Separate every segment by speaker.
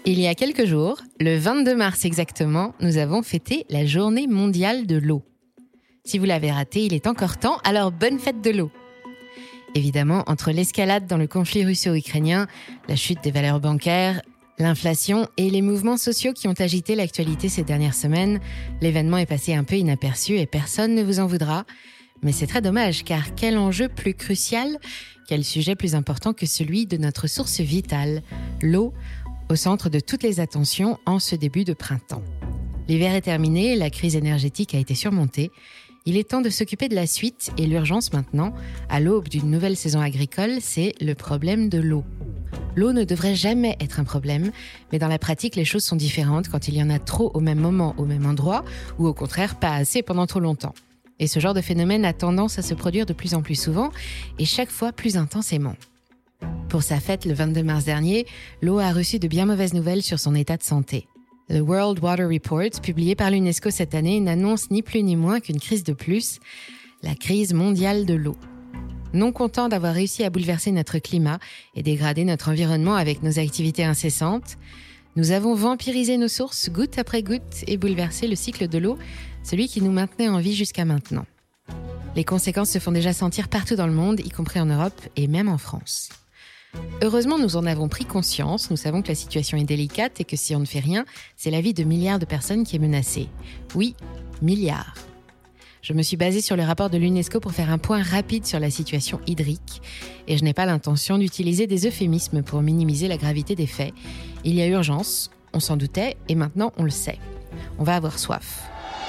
Speaker 1: Il y a quelques jours, le 22 mars exactement, nous avons fêté la Journée mondiale de l'eau. Si vous l'avez raté, il est encore temps, alors bonne fête de l'eau. Évidemment, entre l'escalade dans le conflit russo-ukrainien, la chute des valeurs bancaires, l'inflation et les mouvements sociaux qui ont agité l'actualité ces dernières semaines, l'événement est passé un peu inaperçu et personne ne vous en voudra. Mais c'est très dommage, car quel enjeu plus crucial, quel sujet plus important que celui de notre source vitale, l'eau, au centre de toutes les attentions en ce début de printemps. L'hiver est terminé, la crise énergétique a été surmontée. Il est temps de s'occuper de la suite et l'urgence maintenant, à l'aube d'une nouvelle saison agricole, c'est le problème de l'eau. L'eau ne devrait jamais être un problème, mais dans la pratique, les choses sont différentes quand il y en a trop au même moment, au même endroit, ou au contraire, pas assez pendant trop longtemps. Et ce genre de phénomène a tendance à se produire de plus en plus souvent, et chaque fois plus intensément. Pour sa fête le 22 mars dernier, l'eau a reçu de bien mauvaises nouvelles sur son état de santé. Le World Water Report, publié par l'UNESCO cette année, n'annonce ni plus ni moins qu'une crise de plus, la crise mondiale de l'eau. Non content d'avoir réussi à bouleverser notre climat et dégrader notre environnement avec nos activités incessantes, nous avons vampirisé nos sources goutte après goutte et bouleversé le cycle de l'eau, celui qui nous maintenait en vie jusqu'à maintenant. Les conséquences se font déjà sentir partout dans le monde, y compris en Europe et même en France. Heureusement, nous en avons pris conscience, nous savons que la situation est délicate et que si on ne fait rien, c'est la vie de milliards de personnes qui est menacée. Oui, milliards. Je me suis basée sur le rapport de l'UNESCO pour faire un point rapide sur la situation hydrique et je n'ai pas l'intention d'utiliser des euphémismes pour minimiser la gravité des faits. Il y a urgence, on s'en doutait et maintenant on le sait. On va avoir soif.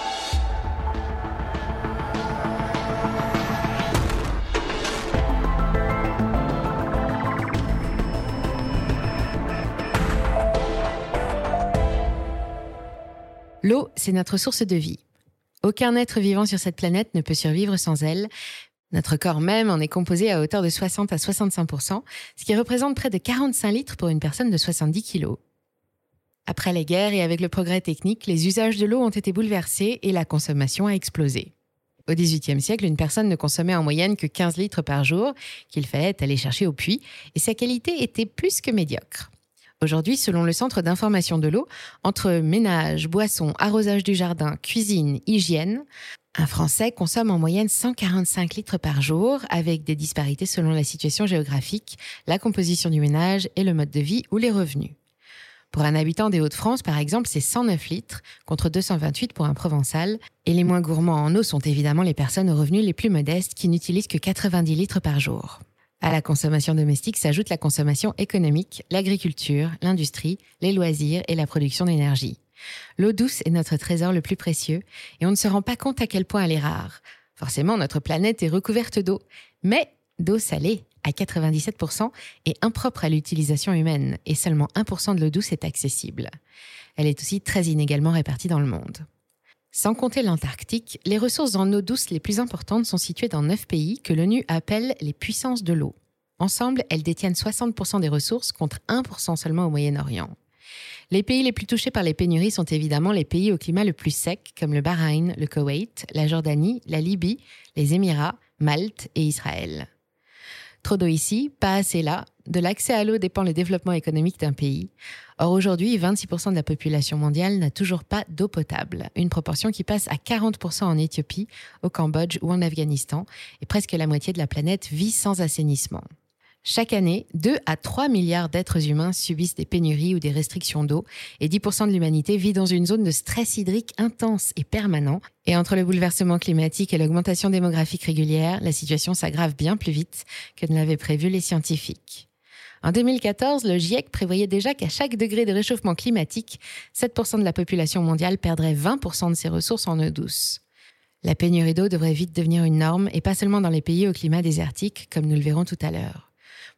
Speaker 1: L'eau, c'est notre source de vie. Aucun être vivant sur cette planète ne peut survivre sans elle. Notre corps même en est composé à hauteur de 60 à 65%, ce qui représente près de 45 litres pour une personne de 70 kilos. Après les guerres et avec le progrès technique, les usages de l'eau ont été bouleversés et la consommation a explosé. Au XVIIIe siècle, une personne ne consommait en moyenne que 15 litres par jour, qu'il fallait aller chercher au puits, et sa qualité était plus que médiocre. Aujourd'hui, selon le Centre d'information de l'eau, entre ménage, boissons, arrosage du jardin, cuisine, hygiène, un Français consomme en moyenne 145 litres par jour, avec des disparités selon la situation géographique, la composition du ménage et le mode de vie ou les revenus. Pour un habitant des Hauts-de-France, par exemple, c'est 109 litres, contre 228 pour un Provençal. Et les moins gourmands en eau sont évidemment les personnes aux revenus les plus modestes qui n'utilisent que 90 litres par jour. À la consommation domestique s'ajoute la consommation économique, l'agriculture, l'industrie, les loisirs et la production d'énergie. L'eau douce est notre trésor le plus précieux et on ne se rend pas compte à quel point elle est rare. Forcément, notre planète est recouverte d'eau, mais d'eau salée à 97% et impropre à l'utilisation humaine et seulement 1% de l'eau douce est accessible. Elle est aussi très inégalement répartie dans le monde. Sans compter l'Antarctique, les ressources en eau douce les plus importantes sont situées dans 9 pays que l'ONU appelle les puissances de l'eau. Ensemble, elles détiennent 60% des ressources contre 1% seulement au Moyen-Orient. Les pays les plus touchés par les pénuries sont évidemment les pays au climat le plus sec, comme le Bahreïn, le Koweït, la Jordanie, la Libye, les Émirats, Malte et Israël. Trop d'eau ici, pas assez là. De l'accès à l'eau dépend le développement économique d'un pays. Or aujourd'hui, 26% de la population mondiale n'a toujours pas d'eau potable, une proportion qui passe à 40% en Éthiopie, au Cambodge ou en Afghanistan, et presque la moitié de la planète vit sans assainissement. Chaque année, 2 à 3 milliards d'êtres humains subissent des pénuries ou des restrictions d'eau et 10% de l'humanité vit dans une zone de stress hydrique intense et permanent. Et entre le bouleversement climatique et l'augmentation démographique régulière, la situation s'aggrave bien plus vite que ne l'avaient prévu les scientifiques. En 2014, le GIEC prévoyait déjà qu'à chaque degré de réchauffement climatique, 7% de la population mondiale perdrait 20% de ses ressources en eau douce. La pénurie d'eau devrait vite devenir une norme et pas seulement dans les pays au climat désertique, comme nous le verrons tout à l'heure. Pourquoi ?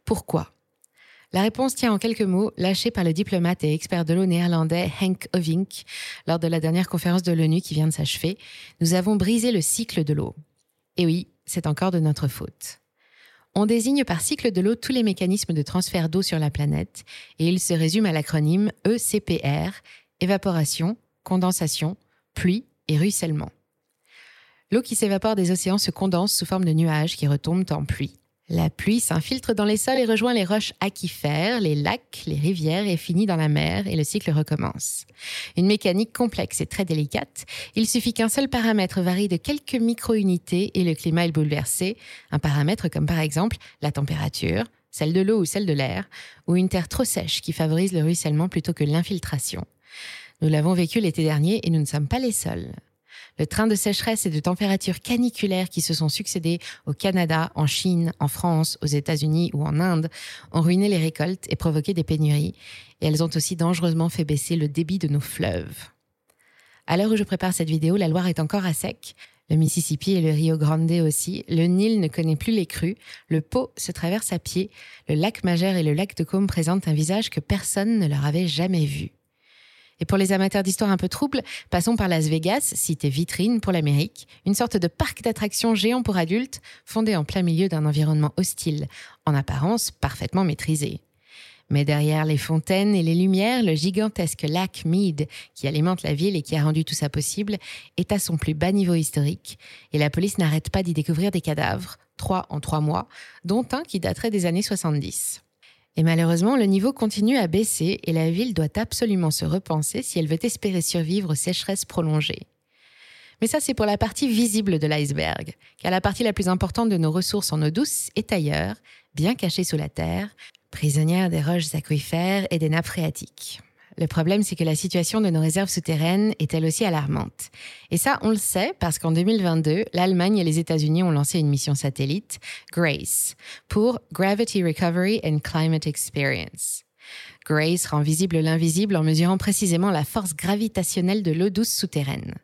Speaker 1: La réponse tient en quelques mots, lâchés par le diplomate et expert de l'eau néerlandais Henk Ovink lors de la dernière conférence de l'ONU qui vient de s'achever. Nous avons brisé le cycle de l'eau. Et oui, c'est encore de notre faute. On désigne par cycle de l'eau tous les mécanismes de transfert d'eau sur la planète et il se résume à l'acronyme ECPR, évaporation, condensation, pluie et ruissellement. L'eau qui s'évapore des océans se condense sous forme de nuages qui retombent en pluie. La pluie s'infiltre dans les sols et rejoint les roches aquifères, les lacs, les rivières et finit dans la mer et le cycle recommence. Une mécanique complexe et très délicate. Il suffit qu'un seul paramètre varie de quelques micro-unités et le climat est bouleversé. Un paramètre comme par exemple la température, celle de l'eau ou celle de l'air, ou une terre trop sèche qui favorise le ruissellement plutôt que l'infiltration. Nous l'avons vécu l'été dernier et nous ne sommes pas les seuls. Le train de sécheresse et de températures caniculaires qui se sont succédés au Canada, en Chine, en France, aux États-Unis ou en Inde ont ruiné les récoltes et provoqué des pénuries. Et elles ont aussi dangereusement fait baisser le débit de nos fleuves. À l'heure où je prépare cette vidéo, la Loire est encore à sec. Le Mississippi et le Rio Grande aussi. Le Nil ne connaît plus les crues. Le Pô se traverse à pied. Le lac Majeur et le lac de Côme présentent un visage que personne ne leur avait jamais vu. Et pour les amateurs d'histoire un peu troubles, passons par Las Vegas, cité vitrine pour l'Amérique, une sorte de parc d'attractions géant pour adultes, fondé en plein milieu d'un environnement hostile, en apparence parfaitement maîtrisé. Mais derrière les fontaines et les lumières, le gigantesque lac Mead, qui alimente la ville et qui a rendu tout ça possible, est à son plus bas niveau historique, et la police n'arrête pas d'y découvrir des cadavres, 3 en 3 mois, dont un qui daterait des années 70. Et malheureusement, le niveau continue à baisser et la ville doit absolument se repenser si elle veut espérer survivre aux sécheresses prolongées. Mais ça, c'est pour la partie visible de l'iceberg, car la partie la plus importante de nos ressources en eau douce est ailleurs, bien cachée sous la terre, prisonnière des roches aquifères et des nappes phréatiques. Le problème, c'est que la situation de nos réserves souterraines est elle aussi alarmante. Et ça, on le sait parce qu'en 2022, l'Allemagne et les États-Unis ont lancé une mission satellite, GRACE, pour Gravity Recovery and Climate Experience. GRACE rend visible l'invisible en mesurant précisément la force gravitationnelle de l'eau douce souterraine.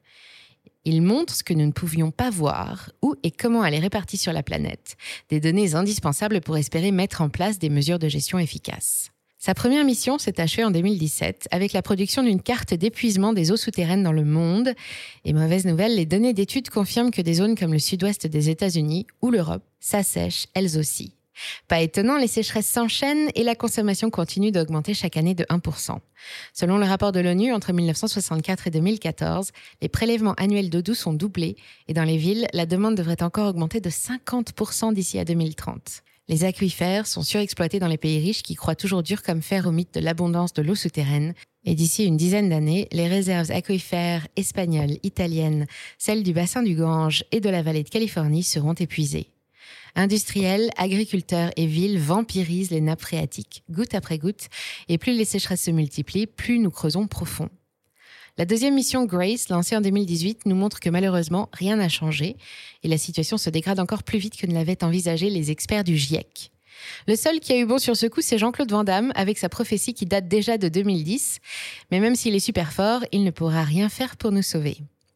Speaker 1: Il montre ce que nous ne pouvions pas voir, où et comment elle est répartie sur la planète, des données indispensables pour espérer mettre en place des mesures de gestion efficaces. Sa première mission s'est achevée en 2017 avec la production d'une carte d'épuisement des eaux souterraines dans le monde. Et mauvaise nouvelle, les données d'études confirment que des zones comme le sud-ouest des États-Unis ou l'Europe s'assèchent elles aussi. Pas étonnant, les sécheresses s'enchaînent et la consommation continue d'augmenter chaque année de 1%. Selon le rapport de l'ONU, entre 1964 et 2014, les prélèvements annuels d'eau douce ont doublé et dans les villes, la demande devrait encore augmenter de 50% d'ici à 2030. Les aquifères sont surexploités dans les pays riches qui croient toujours dur comme fer au mythe de l'abondance de l'eau souterraine. Et d'ici une dizaine d'années, les réserves aquifères espagnoles, italiennes, celles du bassin du Gange et de la vallée de Californie seront épuisées. Industriels, agriculteurs et villes vampirisent les nappes phréatiques, goutte après goutte, et plus les sécheresses se multiplient, plus nous creusons profond. La deuxième mission GRACE, lancée en 2018, nous montre que malheureusement, rien n'a changé et la situation se dégrade encore plus vite que ne l'avaient envisagé les experts du GIEC. Le seul qui a eu bon sur ce coup, c'est Jean-Claude Van Damme, avec sa prophétie qui date déjà de 2010. Mais même s'il est super fort, il ne pourra rien faire pour nous sauver.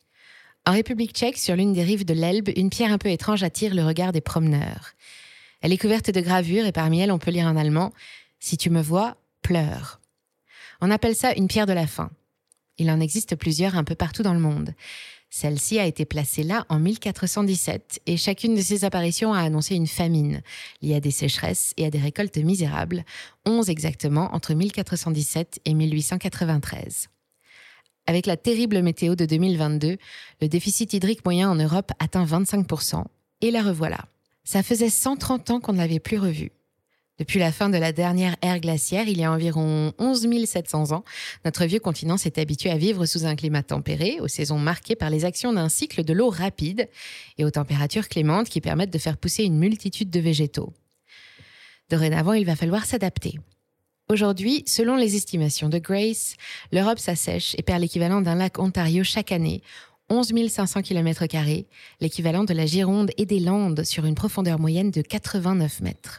Speaker 1: En République tchèque, sur l'une des rives de l'Elbe, une pierre un peu étrange attire le regard des promeneurs. Elle est couverte de gravures et parmi elles, on peut lire en allemand « Si tu me vois, pleure ». On appelle ça une pierre de la faim. Il en existe plusieurs un peu partout dans le monde. Celle-ci a été placée là en 1417 et chacune de ces apparitions a annoncé une famine liée à des sécheresses et à des récoltes misérables, 11 exactement entre 1417 et 1893. Avec la terrible météo de 2022, le déficit hydrique moyen en Europe atteint 25% et la revoilà. Ça faisait 130 ans qu'on ne l'avait plus revue. Depuis la fin de la dernière ère glaciaire, il y a environ 11 700 ans, notre vieux continent s'est habitué à vivre sous un climat tempéré, aux saisons marquées par les actions d'un cycle de l'eau rapide et aux températures clémentes qui permettent de faire pousser une multitude de végétaux. Dorénavant, il va falloir s'adapter. Aujourd'hui, selon les estimations de GRACE, l'Europe s'assèche et perd l'équivalent d'un lac Ontario chaque année, 11 500 km², l'équivalent de la Gironde et des Landes sur une profondeur moyenne de 89 mètres.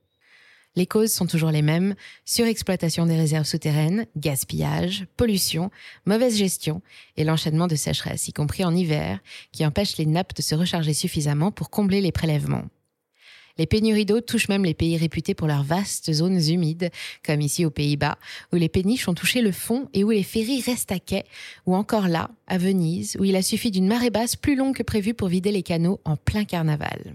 Speaker 1: Les causes sont toujours les mêmes, surexploitation des réserves souterraines, gaspillage, pollution, mauvaise gestion et l'enchaînement de sécheresses, y compris en hiver, qui empêchent les nappes de se recharger suffisamment pour combler les prélèvements. Les pénuries d'eau touchent même les pays réputés pour leurs vastes zones humides, comme ici aux Pays-Bas, où les péniches ont touché le fond et où les ferries restent à quai, ou encore là, à Venise, où il a suffi d'une marée basse plus longue que prévu pour vider les canaux en plein carnaval.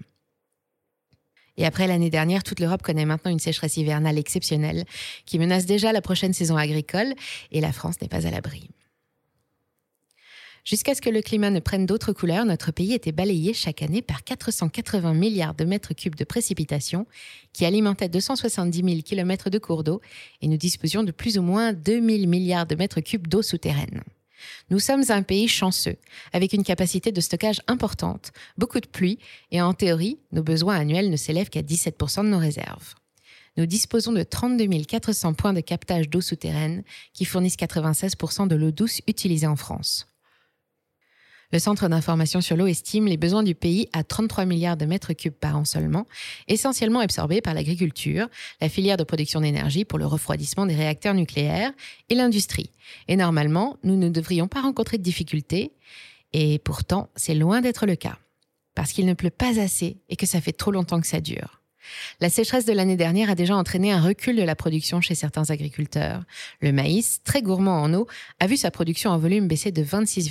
Speaker 1: Et après l'année dernière, toute l'Europe connaît maintenant une sécheresse hivernale exceptionnelle qui menace déjà la prochaine saison agricole et la France n'est pas à l'abri. Jusqu'à ce que le climat ne prenne d'autres couleurs, notre pays était balayé chaque année par 480 milliards de mètres cubes de précipitations qui alimentaient 270 000 kilomètres de cours d'eau et nous disposions de plus ou moins 2000 milliards de mètres cubes d'eau souterraine. Nous sommes un pays chanceux, avec une capacité de stockage importante, beaucoup de pluie et en théorie, nos besoins annuels ne s'élèvent qu'à 17% de nos réserves. Nous disposons de 32 400 points de captage d'eau souterraine qui fournissent 96% de l'eau douce utilisée en France. Le Centre d'information sur l'eau estime les besoins du pays à 33 milliards de mètres cubes par an seulement, essentiellement absorbés par l'agriculture, la filière de production d'énergie pour le refroidissement des réacteurs nucléaires et l'industrie. Et normalement, nous ne devrions pas rencontrer de difficultés, et pourtant, c'est loin d'être le cas, parce qu'il ne pleut pas assez et que ça fait trop longtemps que ça dure. La sécheresse de l'année dernière a déjà entraîné un recul de la production chez certains agriculteurs. Le maïs, très gourmand en eau, a vu sa production en volume baisser de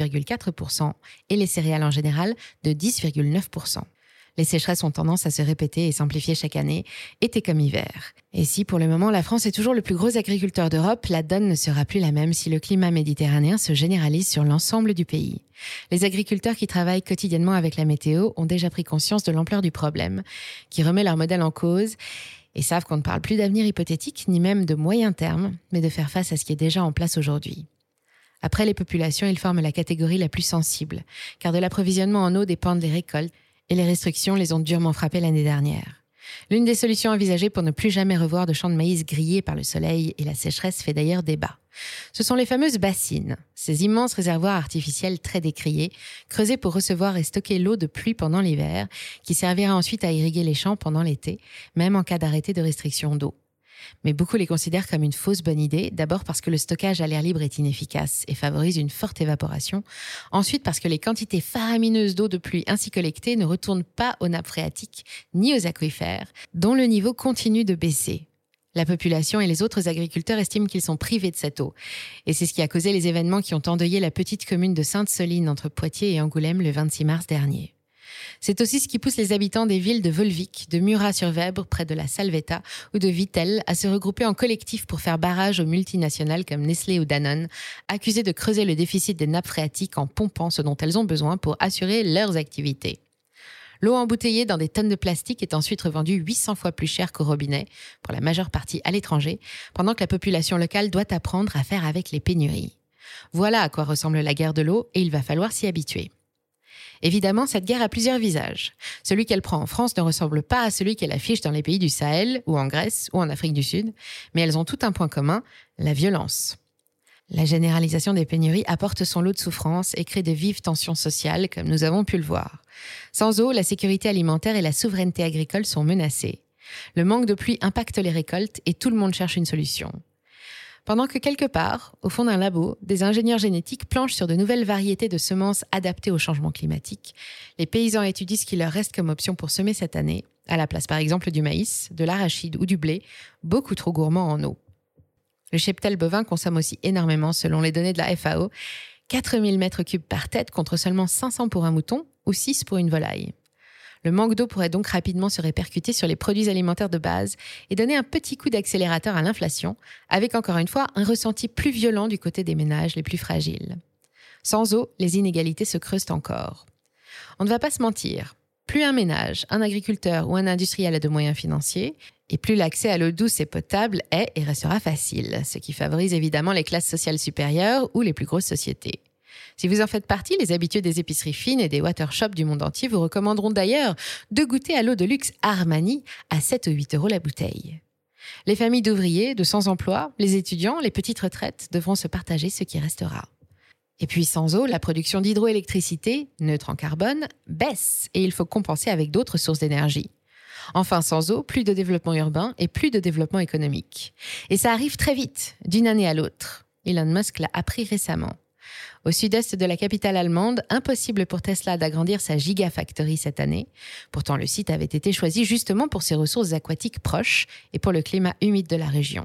Speaker 1: 26,4% et les céréales en général de 10,9%. Les sécheresses ont tendance à se répéter et s'amplifier chaque année, été comme hiver. Et si pour le moment la France est toujours le plus gros agriculteur d'Europe, la donne ne sera plus la même si le climat méditerranéen se généralise sur l'ensemble du pays. Les agriculteurs qui travaillent quotidiennement avec la météo ont déjà pris conscience de l'ampleur du problème, qui remet leur modèle en cause et savent qu'on ne parle plus d'avenir hypothétique ni même de moyen terme, mais de faire face à ce qui est déjà en place aujourd'hui. Après les populations, ils forment la catégorie la plus sensible, car de l'approvisionnement en eau dépendent les récoltes, et les restrictions les ont durement frappés l'année dernière. L'une des solutions envisagées pour ne plus jamais revoir de champs de maïs grillés par le soleil et la sécheresse fait d'ailleurs débat. Ce sont les fameuses bassines, ces immenses réservoirs artificiels très décriés, creusés pour recevoir et stocker l'eau de pluie pendant l'hiver, qui servira ensuite à irriguer les champs pendant l'été, même en cas d'arrêté de restriction d'eau. Mais beaucoup les considèrent comme une fausse bonne idée, d'abord parce que le stockage à l'air libre est inefficace et favorise une forte évaporation, ensuite parce que les quantités faramineuses d'eau de pluie ainsi collectées ne retournent pas aux nappes phréatiques ni aux aquifères, dont le niveau continue de baisser. La population et les autres agriculteurs estiment qu'ils sont privés de cette eau. Et c'est ce qui a causé les événements qui ont endeuillé la petite commune de Sainte-Soline entre Poitiers et Angoulême le 26 mars dernier. C'est aussi ce qui pousse les habitants des villes de Volvic, de Murat-sur-Vèbre, près de la Salvetat, ou de Vittel, à se regrouper en collectif pour faire barrage aux multinationales comme Nestlé ou Danone, accusées de creuser le déficit des nappes phréatiques en pompant ce dont elles ont besoin pour assurer leurs activités. L'eau embouteillée dans des tonnes de plastique est ensuite revendue 800 fois plus cher qu'au robinet, pour la majeure partie à l'étranger, pendant que la population locale doit apprendre à faire avec les pénuries. Voilà à quoi ressemble la guerre de l'eau et il va falloir s'y habituer. Évidemment, cette guerre a plusieurs visages. Celui qu'elle prend en France ne ressemble pas à celui qu'elle affiche dans les pays du Sahel, ou en Grèce, ou en Afrique du Sud, mais elles ont tout un point commun, la violence. La généralisation des pénuries apporte son lot de souffrances et crée de vives tensions sociales, comme nous avons pu le voir. Sans eau, la sécurité alimentaire et la souveraineté agricole sont menacées. Le manque de pluie impacte les récoltes et tout le monde cherche une solution. Pendant que quelque part, au fond d'un labo, des ingénieurs génétiques planchent sur de nouvelles variétés de semences adaptées au changement climatique, les paysans étudient ce qu'il leur reste comme option pour semer cette année, à la place par exemple du maïs, de l'arachide ou du blé, beaucoup trop gourmands en eau. Le cheptel bovin consomme aussi énormément selon les données de la FAO, 4000 mètres cubes par tête contre seulement 500 pour un mouton ou 6 pour une volaille. Le manque d'eau pourrait donc rapidement se répercuter sur les produits alimentaires de base et donner un petit coup d'accélérateur à l'inflation, avec encore une fois un ressenti plus violent du côté des ménages les plus fragiles. Sans eau, les inégalités se creusent encore. On ne va pas se mentir, plus un ménage, un agriculteur ou un industriel a de moyens financiers, et plus l'accès à l'eau douce et potable est et restera facile, ce qui favorise évidemment les classes sociales supérieures ou les plus grosses sociétés. Si vous en faites partie, les habitués des épiceries fines et des water shops du monde entier vous recommanderont d'ailleurs de goûter à l'eau de luxe Armani à 7 ou 8 € la bouteille. Les familles d'ouvriers, de sans-emploi, les étudiants, les petites retraites devront se partager ce qui restera. Et puis sans eau, la production d'hydroélectricité, neutre en carbone, baisse et il faut compenser avec d'autres sources d'énergie. Enfin, sans eau, plus de développement urbain et plus de développement économique. Et ça arrive très vite, d'une année à l'autre. Elon Musk l'a appris récemment. Au sud-est de la capitale allemande, impossible pour Tesla d'agrandir sa gigafactory cette année. Pourtant, le site avait été choisi justement pour ses ressources aquatiques proches et pour le climat humide de la région.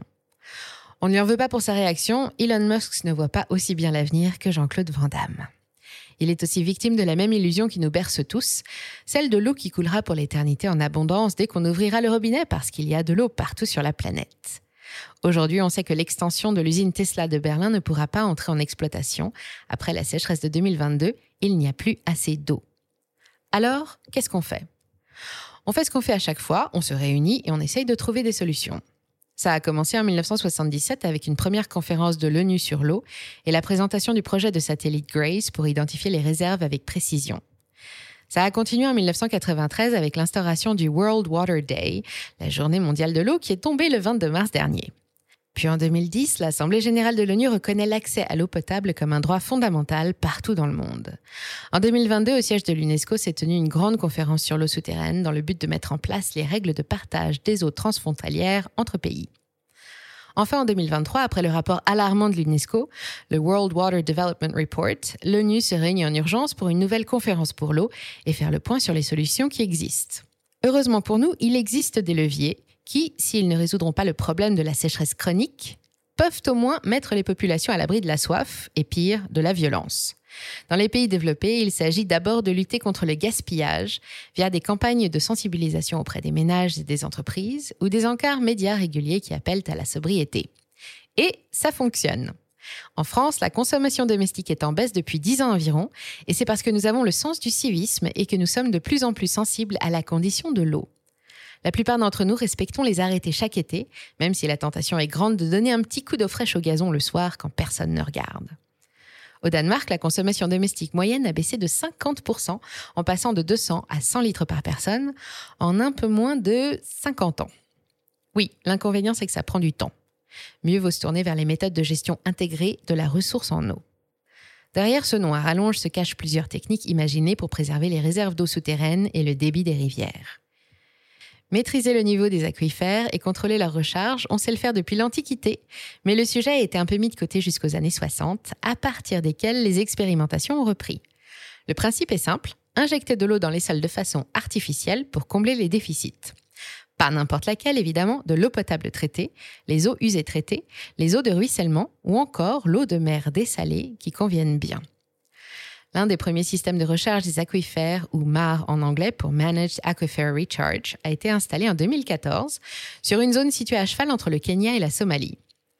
Speaker 1: On ne lui en veut pas pour sa réaction, Elon Musk ne voit pas aussi bien l'avenir que Jean-Claude Van Damme. Il est aussi victime de la même illusion qui nous berce tous, celle de l'eau qui coulera pour l'éternité en abondance dès qu'on ouvrira le robinet parce qu'il y a de l'eau partout sur la planète. Aujourd'hui, on sait que l'extension de l'usine Tesla de Berlin ne pourra pas entrer en exploitation. Après la sécheresse de 2022, il n'y a plus assez d'eau. Alors, qu'est-ce qu'on fait ? On fait ce qu'on fait à chaque fois, on se réunit et on essaye de trouver des solutions. Ça a commencé en 1977 avec une première conférence de l'ONU sur l'eau et la présentation du projet de satellite GRACE pour identifier les réserves avec précision. Ça a continué en 1993 avec l'instauration du World Water Day, la journée mondiale de l'eau qui est tombée le 22 mars dernier. Puis en 2010, l'Assemblée générale de l'ONU reconnaît l'accès à l'eau potable comme un droit fondamental partout dans le monde. En 2022, au siège de l'UNESCO, s'est tenue une grande conférence sur l'eau souterraine dans le but de mettre en place les règles de partage des eaux transfrontalières entre pays. Enfin, en 2023, après le rapport alarmant de l'UNESCO, le World Water Development Report, l'ONU se réunit en urgence pour une nouvelle conférence pour l'eau et faire le point sur les solutions qui existent. Heureusement pour nous, il existe des leviers qui, s'ils ne résoudront pas le problème de la sécheresse chronique, peuvent au moins mettre les populations à l'abri de la soif et pire, de la violence. Dans les pays développés, il s'agit d'abord de lutter contre le gaspillage via des campagnes de sensibilisation auprès des ménages et des entreprises ou des encarts médias réguliers qui appellent à la sobriété. Et ça fonctionne. En France, la consommation domestique est en baisse depuis 10 ans environ et c'est parce que nous avons le sens du civisme et que nous sommes de plus en plus sensibles à la condition de l'eau. La plupart d'entre nous respectons les arrêtés chaque été, même si la tentation est grande de donner un petit coup d'eau fraîche au gazon le soir quand personne ne regarde. Au Danemark, la consommation domestique moyenne a baissé de 50%, en passant de 200 à 100 litres par personne, en un peu moins de 50 ans. Oui, l'inconvénient, c'est que ça prend du temps. Mieux vaut se tourner vers les méthodes de gestion intégrée de la ressource en eau. Derrière ce nom à rallonge se cachent plusieurs techniques imaginées pour préserver les réserves d'eau souterraine et le débit des rivières. Maîtriser le niveau des aquifères et contrôler leur recharge, on sait le faire depuis l'Antiquité, mais le sujet a été un peu mis de côté jusqu'aux années 60, à partir desquelles les expérimentations ont repris. Le principe est simple, injecter de l'eau dans les sols de façon artificielle pour combler les déficits. Pas n'importe laquelle, évidemment, de l'eau potable traitée, les eaux usées traitées, les eaux de ruissellement ou encore l'eau de mer dessalée qui conviennent bien. L'un des premiers systèmes de recharge des aquifères, ou MAR en anglais pour Managed Aquifer Recharge, a été installé en 2014 sur une zone située à cheval entre le Kenya et la Somalie.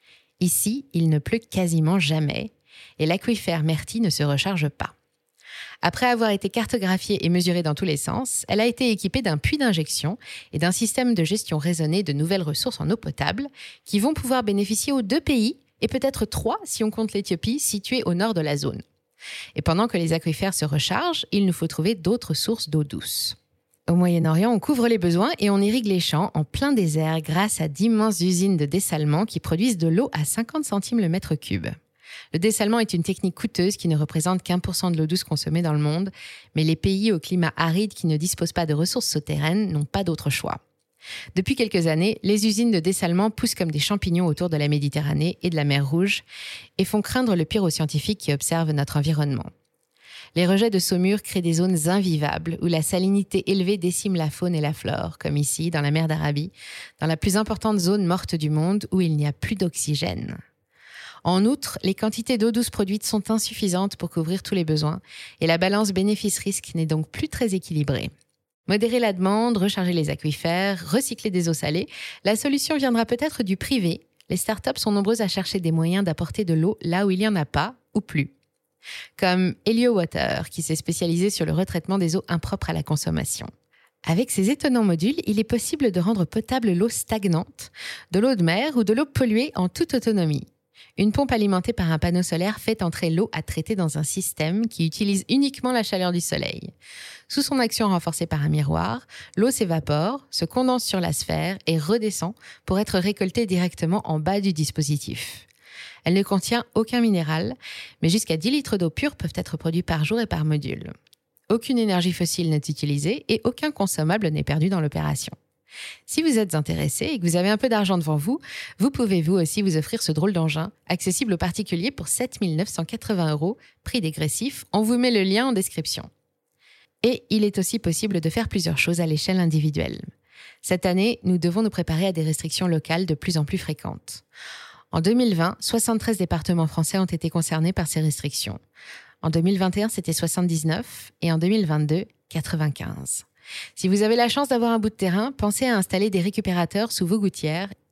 Speaker 1: Ici, il ne pleut quasiment jamais et l'aquifère Merti ne se recharge pas. Après avoir été cartographiée et mesurée dans tous les sens, elle a été équipée d'un puits d'injection et d'un système de gestion raisonnée de nouvelles ressources en eau potable qui vont pouvoir bénéficier aux 2 pays et peut-être 3 si on compte l'Éthiopie située au nord de la zone. Et pendant que les aquifères se rechargent, il nous faut trouver d'autres sources d'eau douce. Au Moyen-Orient, on couvre les besoins et on irrigue les champs en plein désert grâce à d'immenses usines de dessalement qui produisent de l'eau à 50 centimes le mètre cube. Le dessalement est une technique coûteuse qui ne représente qu'1% de l'eau douce consommée dans le monde, mais les pays au climat aride qui ne disposent pas de ressources souterraines n'ont pas d'autre choix. Depuis quelques années, les usines de dessalement poussent comme des champignons autour de la Méditerranée et de la mer Rouge et font craindre le pire aux scientifiques qui observent notre environnement. Les rejets de saumure créent des zones invivables où la salinité élevée décime la faune et la flore, comme ici, dans la mer d'Arabie, dans la plus importante zone morte du monde où il n'y a plus d'oxygène. En outre, les quantités d'eau douce produites sont insuffisantes pour couvrir tous les besoins et la balance bénéfice-risque n'est donc plus très équilibrée. Modérer la demande, recharger les aquifères, recycler des eaux salées, la solution viendra peut-être du privé. Les startups sont nombreuses à chercher des moyens d'apporter de l'eau là où il n'y en a pas ou plus. Comme Helio Water, qui s'est spécialisé sur le retraitement des eaux impropres à la consommation. Avec ces étonnants modules, il est possible de rendre potable l'eau stagnante, de l'eau de mer ou de l'eau polluée en toute autonomie. Une pompe alimentée par un panneau solaire fait entrer l'eau à traiter dans un système qui utilise uniquement la chaleur du soleil. Sous son action renforcée par un miroir, l'eau s'évapore, se condense sur la sphère et redescend pour être récoltée directement en bas du dispositif. Elle ne contient aucun minéral, mais jusqu'à 10 litres d'eau pure peuvent être produits par jour et par module. Aucune énergie fossile n'est utilisée et aucun consommable n'est perdu dans l'opération. Si vous êtes intéressé et que vous avez un peu d'argent devant vous, vous pouvez vous aussi vous offrir ce drôle d'engin, accessible aux particuliers pour 7 980 €, prix dégressif. On vous met le lien en description. Et il est aussi possible de faire plusieurs choses à l'échelle individuelle. Cette année, nous devons nous préparer à des restrictions locales de plus en plus fréquentes. En 2020, 73 départements français ont été concernés par ces restrictions. En 2021, c'était 79 et en 2022, 95. Si vous avez la chance d'avoir un bout de terrain, pensez à installer des récupérateurs sous vos gouttières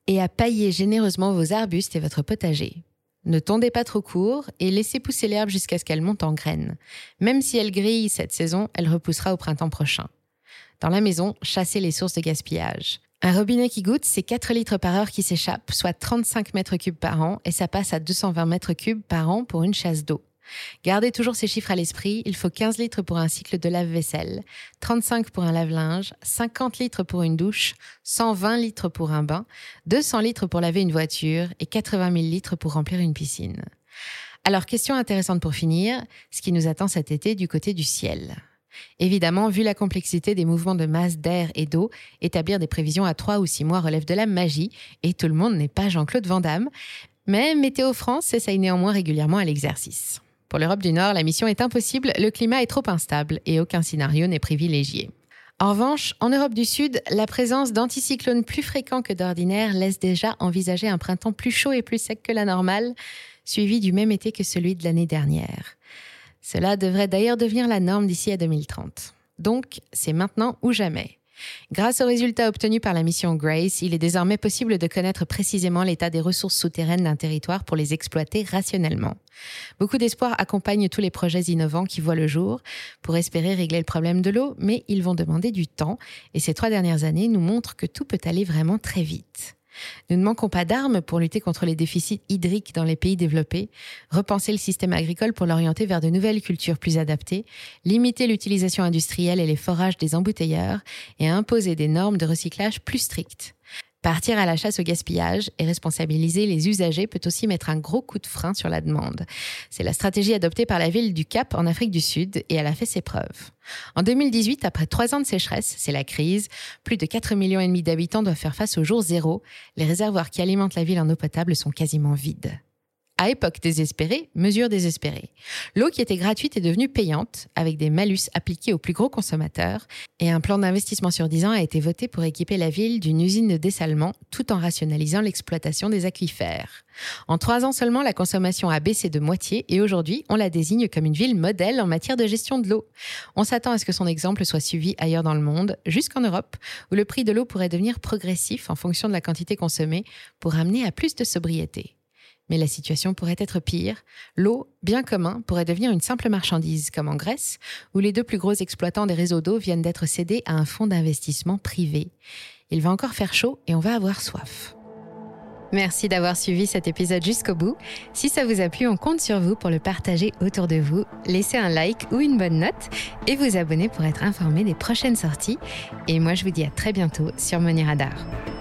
Speaker 1: et à pailler généreusement vos arbustes et votre potager. Ne tondez pas trop court et laissez pousser l'herbe jusqu'à ce qu'elle monte en graines. Même si elle grille cette saison, elle repoussera au printemps prochain. Dans la maison, chassez les sources de gaspillage. Un robinet qui goutte, c'est 4 litres par heure qui s'échappent, soit 35 mètres cubes par an, et ça passe à 220 mètres cubes par an pour une chasse d'eau. Gardez toujours ces chiffres à l'esprit, il faut 15 litres pour un cycle de lave-vaisselle, 35 pour un lave-linge, 50 litres pour une douche, 120 litres pour un bain, 200 litres pour laver une voiture et 80 000 litres pour remplir une piscine. Alors, question intéressante pour finir, ce qui nous attend cet été du côté du ciel. Évidemment, vu la complexité des mouvements de masse d'air et d'eau, établir des prévisions à 3 ou 6 mois relève de la magie et tout le monde n'est pas Jean-Claude Van Damme. Mais Météo France s'essaye néanmoins régulièrement à l'exercice. Pour l'Europe du Nord, la mission est impossible, le climat est trop instable et aucun scénario n'est privilégié. En revanche, en Europe du Sud, la présence d'anticyclones plus fréquents que d'ordinaire laisse déjà envisager un printemps plus chaud et plus sec que la normale, suivi du même été que celui de l'année dernière. Cela devrait d'ailleurs devenir la norme d'ici à 2030. Donc, c'est maintenant ou jamais. Grâce aux résultats obtenus par la mission GRACE, il est désormais possible de connaître précisément l'état des ressources souterraines d'un territoire pour les exploiter rationnellement. Beaucoup d'espoir accompagnent tous les projets innovants qui voient le jour pour espérer régler le problème de l'eau, mais ils vont demander du temps et ces 3 dernières années nous montrent que tout peut aller vraiment très vite. Nous ne manquons pas d'armes pour lutter contre les déficits hydriques dans les pays développés, repenser le système agricole pour l'orienter vers de nouvelles cultures plus adaptées, limiter l'utilisation industrielle et les forages des embouteilleurs et imposer des normes de recyclage plus strictes. Partir à la chasse au gaspillage et responsabiliser les usagers peut aussi mettre un gros coup de frein sur la demande. C'est la stratégie adoptée par la ville du Cap en Afrique du Sud et elle a fait ses preuves. En 2018, après 3 ans de sécheresse, c'est la crise, plus de 4,5 millions d'habitants doivent faire face au jour zéro. Les réservoirs qui alimentent la ville en eau potable sont quasiment vides. À époque désespérée, mesure désespérée. L'eau qui était gratuite est devenue payante, avec des malus appliqués aux plus gros consommateurs, et un plan d'investissement sur 10 ans a été voté pour équiper la ville d'une usine de dessalement, tout en rationalisant l'exploitation des aquifères. En 3 ans seulement, la consommation a baissé de moitié, et aujourd'hui, on la désigne comme une ville modèle en matière de gestion de l'eau. On s'attend à ce que son exemple soit suivi ailleurs dans le monde, jusqu'en Europe, où le prix de l'eau pourrait devenir progressif en fonction de la quantité consommée, pour amener à plus de sobriété. Mais la situation pourrait être pire. L'eau, bien commun, pourrait devenir une simple marchandise, comme en Grèce, où les 2 plus gros exploitants des réseaux d'eau viennent d'être cédés à un fonds d'investissement privé. Il va encore faire chaud et on va avoir soif. Merci d'avoir suivi cet épisode jusqu'au bout. Si ça vous a plu, on compte sur vous pour le partager autour de vous. Laissez un like ou une bonne note et vous abonner pour être informé des prochaines sorties. Et moi, je vous dis à très bientôt sur Money Radar.